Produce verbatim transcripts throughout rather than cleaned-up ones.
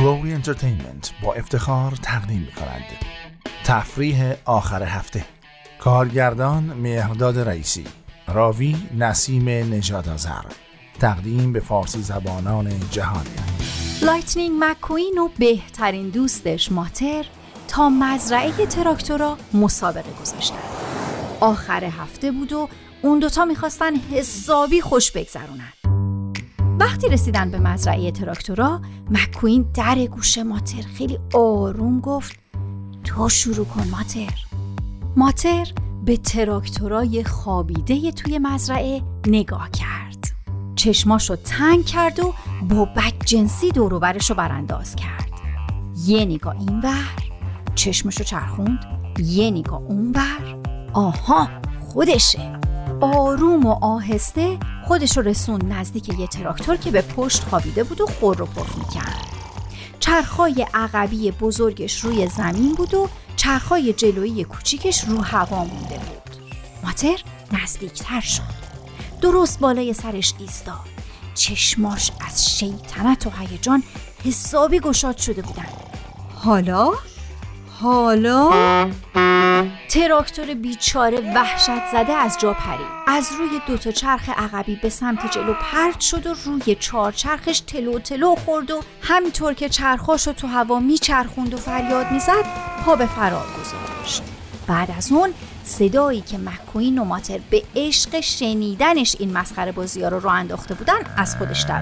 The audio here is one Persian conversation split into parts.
گلوری انترتینمنت با افتخار تقدیم می‌کند تفریح آخر هفته. کارگردان مهرداد رئیسی، راوی نسیم نژاد آذر، تقدیم به فارسی زبانان جهان. لایتنینگ مک‌کوین و بهترین دوستش ماتر تا مزرعه تراکتورها مسابقه گذاشتن. آخر هفته بود و اون دوتا میخواستن حسابی خوش بگذرونن. وقتی رسیدن به مزرعه تراکتورها، مک‌کوین در گوش ماتر خیلی آروم گفت تو شروع کن ماتر. ماتر به تراکتورای خوابیده توی مزرعه نگاه کرد. چشماشو تنگ کرد و با بدجنسی دور و برشو برانداز کرد. یه نگاه این ور، چشمشو چرخوند، یه نگاه اون ور. آها، خودشه. آروم و آهسته خودشو رسوند نزدیک یه تراکتور که به پشت خوابیده بود و خور و پف می‌کرد. چرخای عقبی بزرگش روی زمین بود و چرخای جلویی کوچیکش رو هوا مونده بود. ماتر نزدیکتر شد. درست بالای سرش ایستاد. چشماش از شیطنت و هیجان حسابی گشاد شده بودن. حالا؟ حالا؟ تراکتور بیچاره وحشت زده از جا پرید. از روی دوتا چرخ عقبی به سمت جلو پرت شد و روی چهار چرخش تلو تلو خورد و همینطور که چرخاشو تو هوا میچرخوند و فریاد میزد پا به فرار گذاشت. بعد از اون صدایی که مک‌کوین و ماتر به عشق شنیدنش این مسخره بازی‌ها رو راه انداخته بودن از خودش در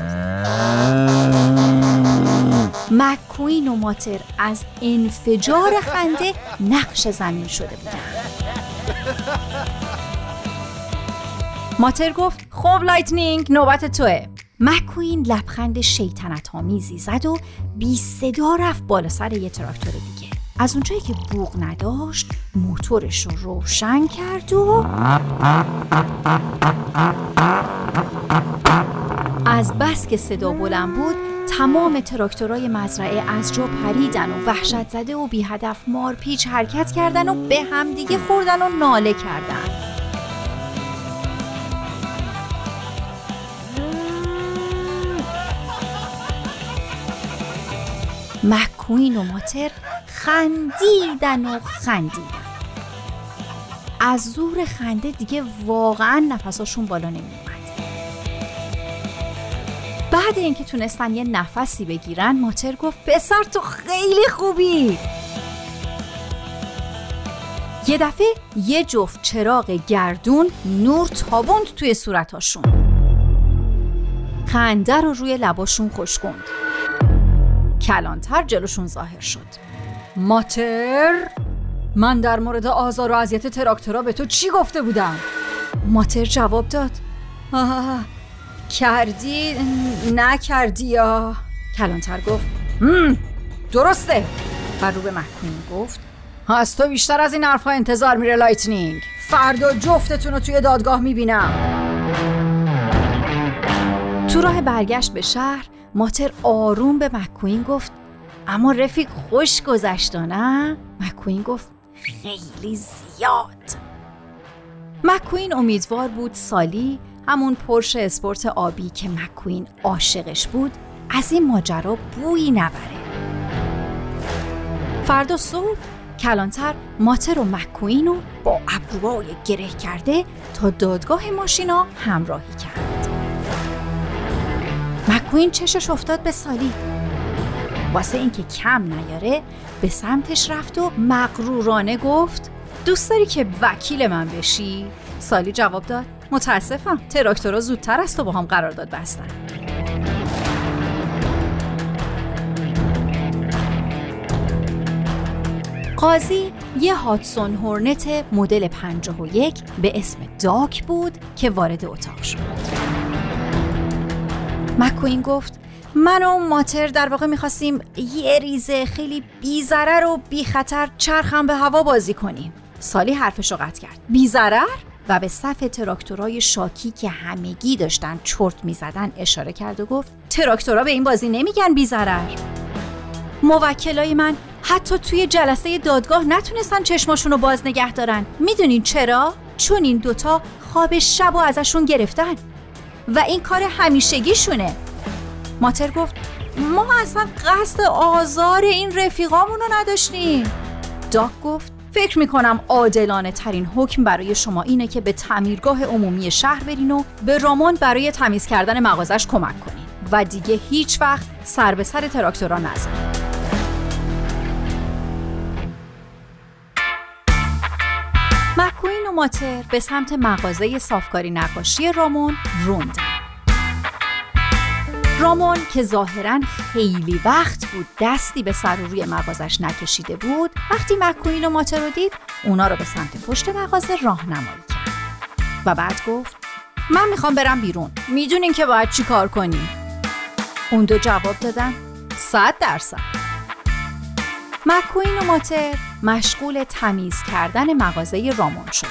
اومد. مک‌کوین و ماتر از انفجار خنده نقش زمین شده بودن. ماتر گفت خب لایتنینگ نوبت توه. مک‌کوین لبخند شیطنت‌آمیزی زد و بی صدا رفت بالا سر یه تراکتور دیگه. از اونجایی که بوق نداشت موتورش رو روشن کرد و از بس که صدا بلند بود تمام تراکتورهای مزرعه از جا پریدن و وحشت زده و بی هدف مارپیچ حرکت کردن و به هم دیگه خوردن و ناله کردن. مک‌کوین و ماتر خندیدن و خندیدن. از زور خنده دیگه واقعا نفساشون بالا نمی اومد. بعد اینکه تونستن یه نفسی بگیرن ماتر گفت پسر تو خیلی خوبی. یه دفعه یه جفت چراغ گردون نور تابوند توی صورتاشون. خنده رو روی لباشون خشکوند. کلانتر جلوشون ظاهر شد. ماتر، من در مورد آزار و اذیت تراکتورها به تو چی گفته بودم؟ ماتر جواب داد آه، کردی نکردی یا؟ کلانتر گفت درسته. و رو به مک‌کوین گفت از تو بیشتر از این حرفها انتظار میره لایتنینگ. فردا جفتتون رو توی دادگاه میبینم. تو راه برگشت به شهر ماتر آروم به مک‌کوین گفت اما رفیق خوش گذشت نه؟ مک‌کوین گفت خیلی زیاد. مک‌کوین امیدوار بود سالی، همون پورش اسپورت آبی که مک‌کوین عاشقش بود، از این ماجرا بویی نبره. فردا صبح کلانتر ماتر و مک‌کوین رو با ابروهای گره کرده تا دادگاه ماشینا همراهی کرد. مک‌کوین چشش افتاد به سالی. واسه اینکه کم نیاره به سمتش رفت و مغرورانه گفت دوست داری که وکیل من بشی؟ سالی جواب داد متاسفم، تراکتورها زودتر از تو با هم قرارداد بستن. قاضی یه هاتسون هورنت مدل پنجاه و یک به اسم داک بود که وارد اتاق شد. مک‌کوین گفت من و ماتر در واقع میخواستیم یه ریزه خیلی بی ضرر و بی خطر چرخم به هوا بازی کنیم. سالی حرفشو قطع کرد. بی ضرر؟ و به صف تراکتورهای شاکی که همگی داشتن چرت میزدن اشاره کرد و گفت تراکتورها به این بازی نمیگن بی ضرر. موکلای من حتی توی جلسه دادگاه نتونستن چشماشونو باز نگه دارن. میدونین چرا؟ چون این دوتا خواب شبو ازشون گرفتن و این کار همیشگیشونه. ماتر گفت ما اصلا قصد آزار این رفیقامون رو نداشتیم. داک گفت فکر میکنم عادلانه ترین حکم برای شما اینه که به تعمیرگاه عمومی شهر برین و به رامون برای تمیز کردن مغازش کمک کنین و دیگه هیچ وقت سر به سر تراکتورها نزنین. مک‌کوین و ماتر به سمت مغازه صافکاری نقاشی رامون روندن. رامون که ظاهراً خیلی وقت بود دستی به سر و روی مغازش نکشیده بود، وقتی مک‌کوین و ماتر رو دید اونا رو به سمت پشت مغازه راهنمایی کرد و بعد گفت من میخوام برم بیرون، میدونین که باید چی کار کنیم؟ اون دو جواب دادن صد درصد. مک‌کوین و ماتر مشغول تمیز کردن مغازه رامون شدن.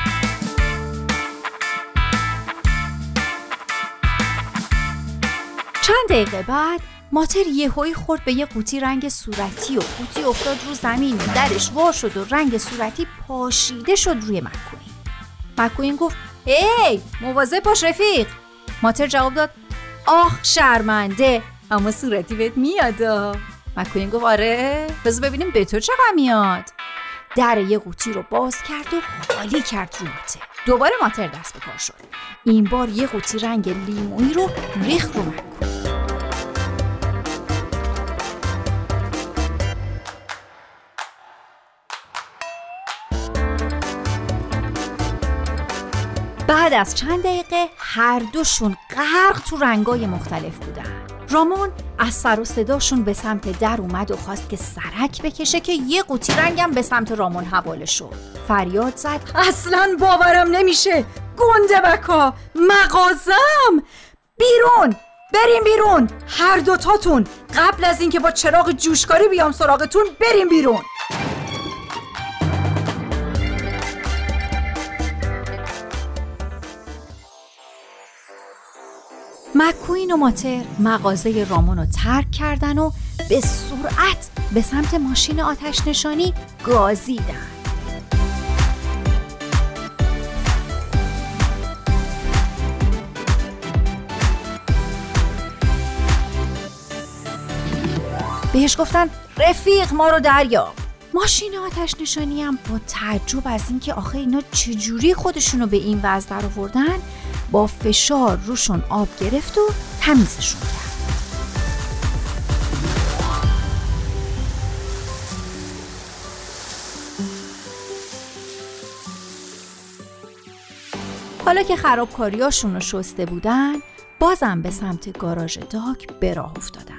چند دقیقه بعد ماتر یهویی خورد به یه قوطی رنگ صورتی و قوطی افتاد رو زمین و درش وا شد و رنگ صورتی پاشیده شد روی مک‌کوین. مک‌کوین گفت ای مواظب باش رفیق. ماتر جواب داد آخ شرمنده، اما صورتی بهت میاد. مک‌کوین گفت آره بذار ببینیم به تو چقدر میاد. در یه قوطی رو باز کرد و خالی کرد رو ماتر. دوباره ماتر دست به کار شد. این بار یه قوطی رنگ لیمویی رو ریخت رو مک‌کوین. بعد از چند دقیقه هر دوشون غرق تو رنگای مختلف بودن. رامون از سر و صداشون به سمت در اومد و خواست که سرک بکشه که یه قوطی رنگم به سمت رامون حواله شد. فریاد زد اصلاً باورم نمیشه، گنده بکا، مغازم، بیرون، بریم بیرون، هر دوتاتون، قبل از اینکه با چراغ جوشکاری بیام سراغتون بریم بیرون. مک‌کوین و ماتر مغازه رامون رو ترک کردن و به سرعت به سمت ماشین آتش نشانی گازیدن. بهش گفتن رفیق ما رو دریاب. ماشین آتش نشانی هم با تعجب از اینکه آخه اینا چجوری خودشونو به این وضع در آوردن با فشار روشون آب گرفت و تمیزشون کرد. حالا که خرابکاریاشون رو شسته بودن بازم به سمت گاراژ داک به راه افتادن.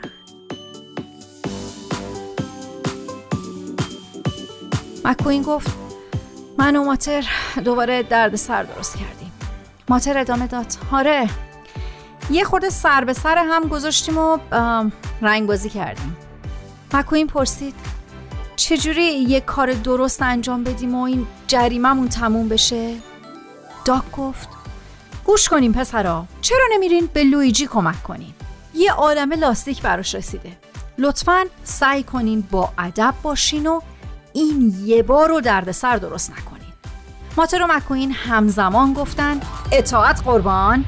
مک‌کوین گفت من و ماتر دوباره درد سر درست کردیم. ماتر ادامه داد آره یه خورده سر به سر هم گذاشتیم و رنگ بازی کردیم. مک‌کوین پرسید چجوری یه کار درست انجام بدیم و این جریممون تموم بشه؟ داک گفت گوش کنیم پسرا، چرا نمیرین به لویجی کمک کنین؟ یه عالمه لاستیک براش رسیده. لطفاً سعی کنین با ادب باشین و این یه بار رو درد سر درست نکنین. ماتر و مک‌کوین همزمان گفتن اطاعت قربان.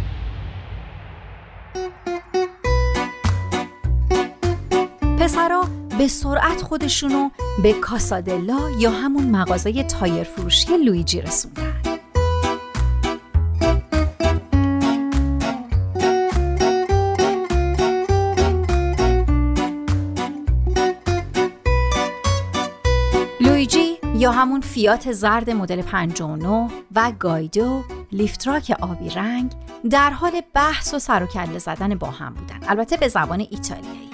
پسرا به سرعت خودشونو به کاسادلا یا همون مغازه تایر فروشی لویجی رسوندن. لویجی یا همون فیات زرد مدل پنجاه و نه و گایدو لیفتراک آبی رنگ در حال بحث و سر و کله زدن با هم بودن، البته به زبان ایتالیایی.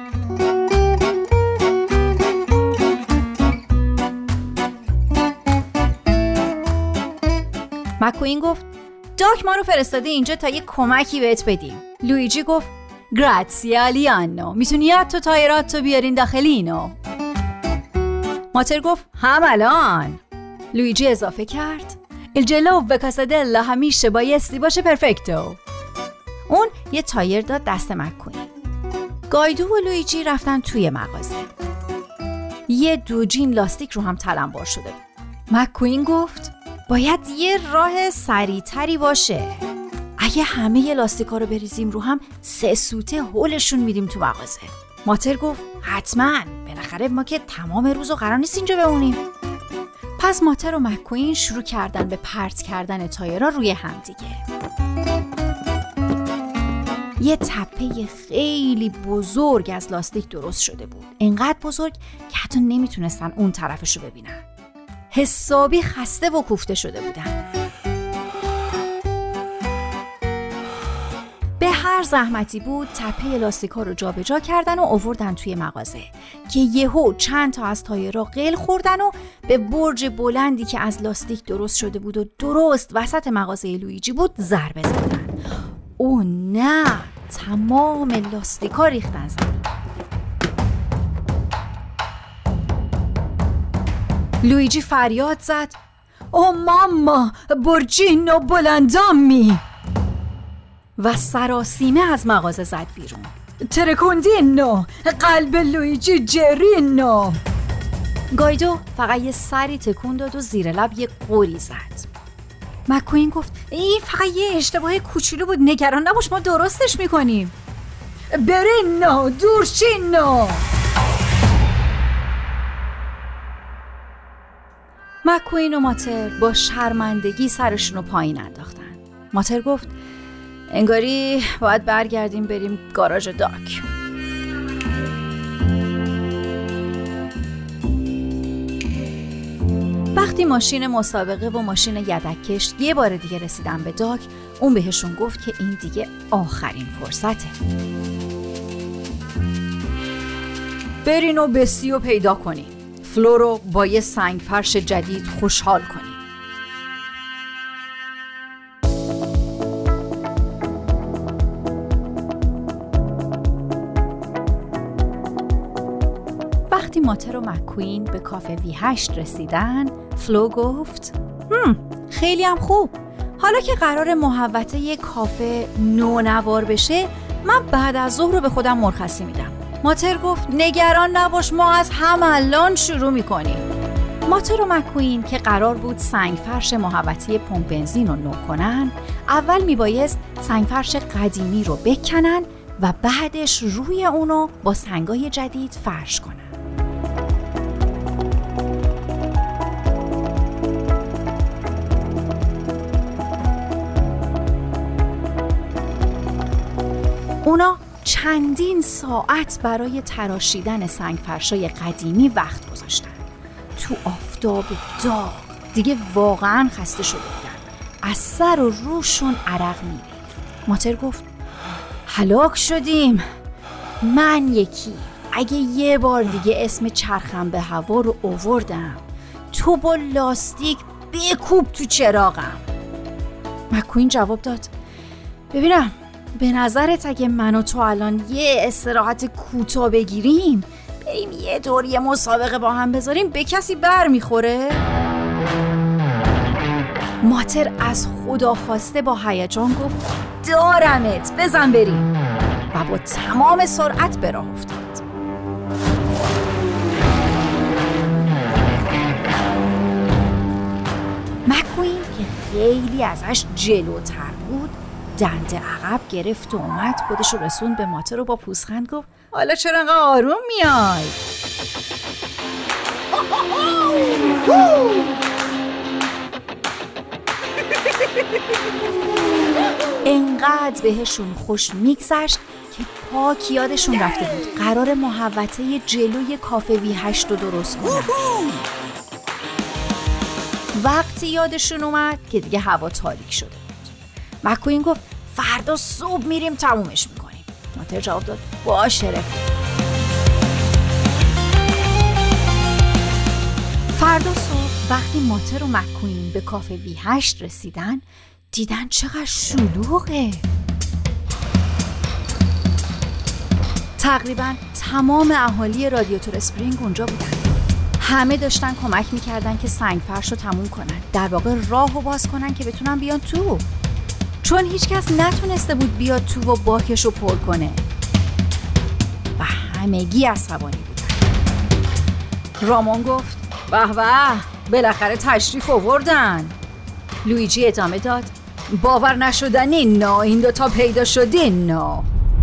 مک‌کوین گفت داک ما رو فرستاده اینجا تا یه کمکی بهت بدیم. لویجی گفت گراتسیا لیانو، میتونی تو تایراتو بیارین داخل اینو. ماتر گفت هم الان. لویجی اضافه کرد الجلو به کاسادلا همیشه بایستی باشه پرفکتو. اون یه تایر داد دست مک‌کوین. گایدو و لویجی رفتن توی مغازه. یه دوجین لاستیک رو هم تلمبار شده بود. مک‌کوین گفت باید یه راه سریع‌تری باشه. اگه همه لاستیکا رو بریزیم رو هم سه سوته هولشون میدیم تو مغازه. ماتر گفت حتما، بالاخره ما که تمام روزو قرار نیست اینجا بمونیم. پس ماتر و مک‌کوین شروع کردن به پرت کردن تایرها روی هم دیگه. یه تپه خیلی بزرگ از لاستیک درست شده بود، انقدر بزرگ که حتی نمیتونستن اون طرفشو ببینن. حسابی خسته و کوفته شده بودن. به هر زحمتی بود تپه لاستیکا رو جابجا کردن و آوردن توی مغازه که یهو چند تا از تایرها قل خوردن و به برج بلندی که از لاستیک درست شده بود و درست وسط مغازه لویجی بود ضربه زدن. او نه، تمام لاستیکا ریختن زمین. لویجی فریاد زد او ماما برجینو بلندامی و سراسیمه از مغازه زد بیرون. ترکوندینو قلب لویجی جرینو. گایدو فقط یه سری تکون داد و زیر لب یه قوری زد. مک‌کوین گفت این فقط یه اشتباه کوچولو بود، نگران نباش، ما درستش میکنیم. برینو دورچینو. مک‌کوین و ماتر با شرمندگی سرشون رو پایین انداختن. ماتر گفت انگاری باید برگردیم بریم گاراژ داک. وقتی ماشین مسابقه و ماشین یدک‌کش یه بار دیگه رسیدن به داک، اون بهشون گفت که این دیگه آخرین فرصته. برین و بسی رو پیدا کنین. فلو رو با یه سنگ فرش جدید خوشحال کنین. وقتی ماتر و مک‌کوین به کافه وی هشت رسیدن، فلو گفت هم خیلی هم خوب. حالا که قرار محوطه یک کافه نونوار بشه، من بعد از ظهر رو به خودم مرخصی میدم. ماتر گفت نگران نباش، ما از هم الان شروع میکنیم. ماتر و مک‌کوین که قرار بود سنگ فرش محوطه پمپ بنزین رو نو کنن، اول میبایست سنگ فرش قدیمی رو بکنن و بعدش روی اونو با سنگای جدید فرش کنن. اونا چندین ساعت برای تراشیدن سنگ فرشای قدیمی وقت گذاشتن. تو آفتاب داغ دیگه واقعا خسته شده بودن. از سر و روشون عرق میریخت. ماتر گفت هلاک شدیم. من یکی اگه یه بار دیگه اسم چرخم به هوا رو آوردم، تو با لاستیک بکوب تو چراغم. مک‌کوین جواب داد ببینم به نظرت اگه من و تو الان یه استراحت کوتاه بگیریم، بریم یه دور یه مسابقه با هم بذاریم، به کسی بر میخوره؟ ماتر از خدا خواسته با هیجان گفت دارمت، بزن بریم، و با تمام سرعت به راه افتاد. مک‌کوین که خیلی ازش جلوتر بود دنده عقب گرفت و اومد خودش رو رسون به ماتر رو با پوزخند گفت حالا چرا انقدر آروم میای؟ انقدر بهشون خوش میگذشت که پاک یادشون رفته بود قرار محوطه جلوی کافه وی هشت رو درست کنن. وقتی یادشون اومد که دیگه هوا تاریک شده بود. مک‌کوین گفت فردا صبح میریم تمومش میکنیم. ماتر جواب داد باشه رفیق. فردا صبح وقتی ماتر و مک‌کوین به کافه وی هشت رسیدن، دیدن چقدر شلوغه. تقریبا تمام اهالی رادیاتور اسپرینگ اونجا بودن. همه داشتن کمک میکردن که سنگ فرش رو تموم کنن، در واقع راه رو باز کنن که بتونن بیان تو، چون هیچ کس نتونسته بود بیاد تو و باکش رو پر کنه و همگی عصبانی بودن. رامون گفت به به بالاخره تشریف آوردن. لویجی ادامه داد باور نشدنی نه، این دوتا پیدا شده نه.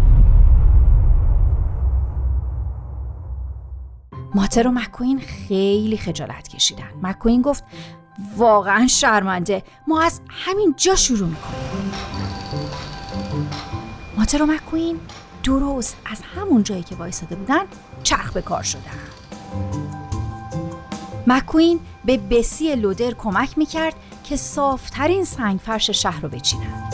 ماتر و مک‌کوین خیلی خجالت کشیدن. مک‌کوین گفت واقعا شرمنده، ما از همین جا شروع میکنیم. ماتر و مک‌کوین درست از همون جایی که وایساده بودن چرخ به کار شدن. مک‌کوین به بسی لودر کمک میکرد که صافترین سنگ فرش شهر رو بچینن.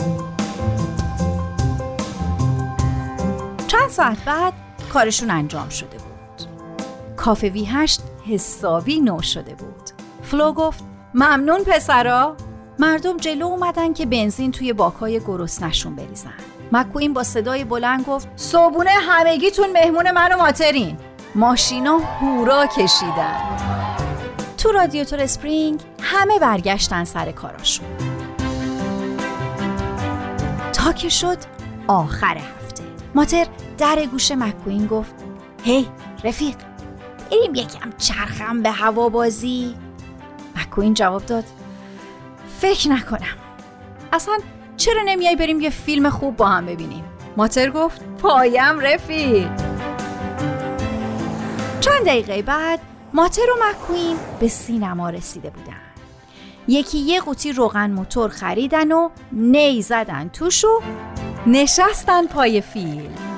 چند ساعت بعد کارشون انجام شده بود. کافه وی هشت حسابی نو شده بود. فلو گفت ممنون پسرا. مردم جلو اومدن که بنزین توی باکای گرسنه‌شون بریزن. مک‌کوین با صدای بلند گفت صبحونه همگیتون مهمون من و ماترین. ماشینا هورا کشیدن. تو رادیاتور اسپرینگ همه برگشتن سر کاراشون. تا که شد آخر هفته. ماتر در گوش مک‌کوین گفت هی رفیق، بریم یکم چرخم به هوا بازی؟ مک‌کوین جواب داد فکر نکنم. اصلا چرا نمیای بریم یه فیلم خوب با هم ببینیم؟ ماتر گفت پایم رفیق. چند دقیقه بعد ماتر و مک‌کوین به سینما رسیده بودن. یکی یه قوطی روغن موتور خریدن و نی زدن توش و نشستن پای فیلم.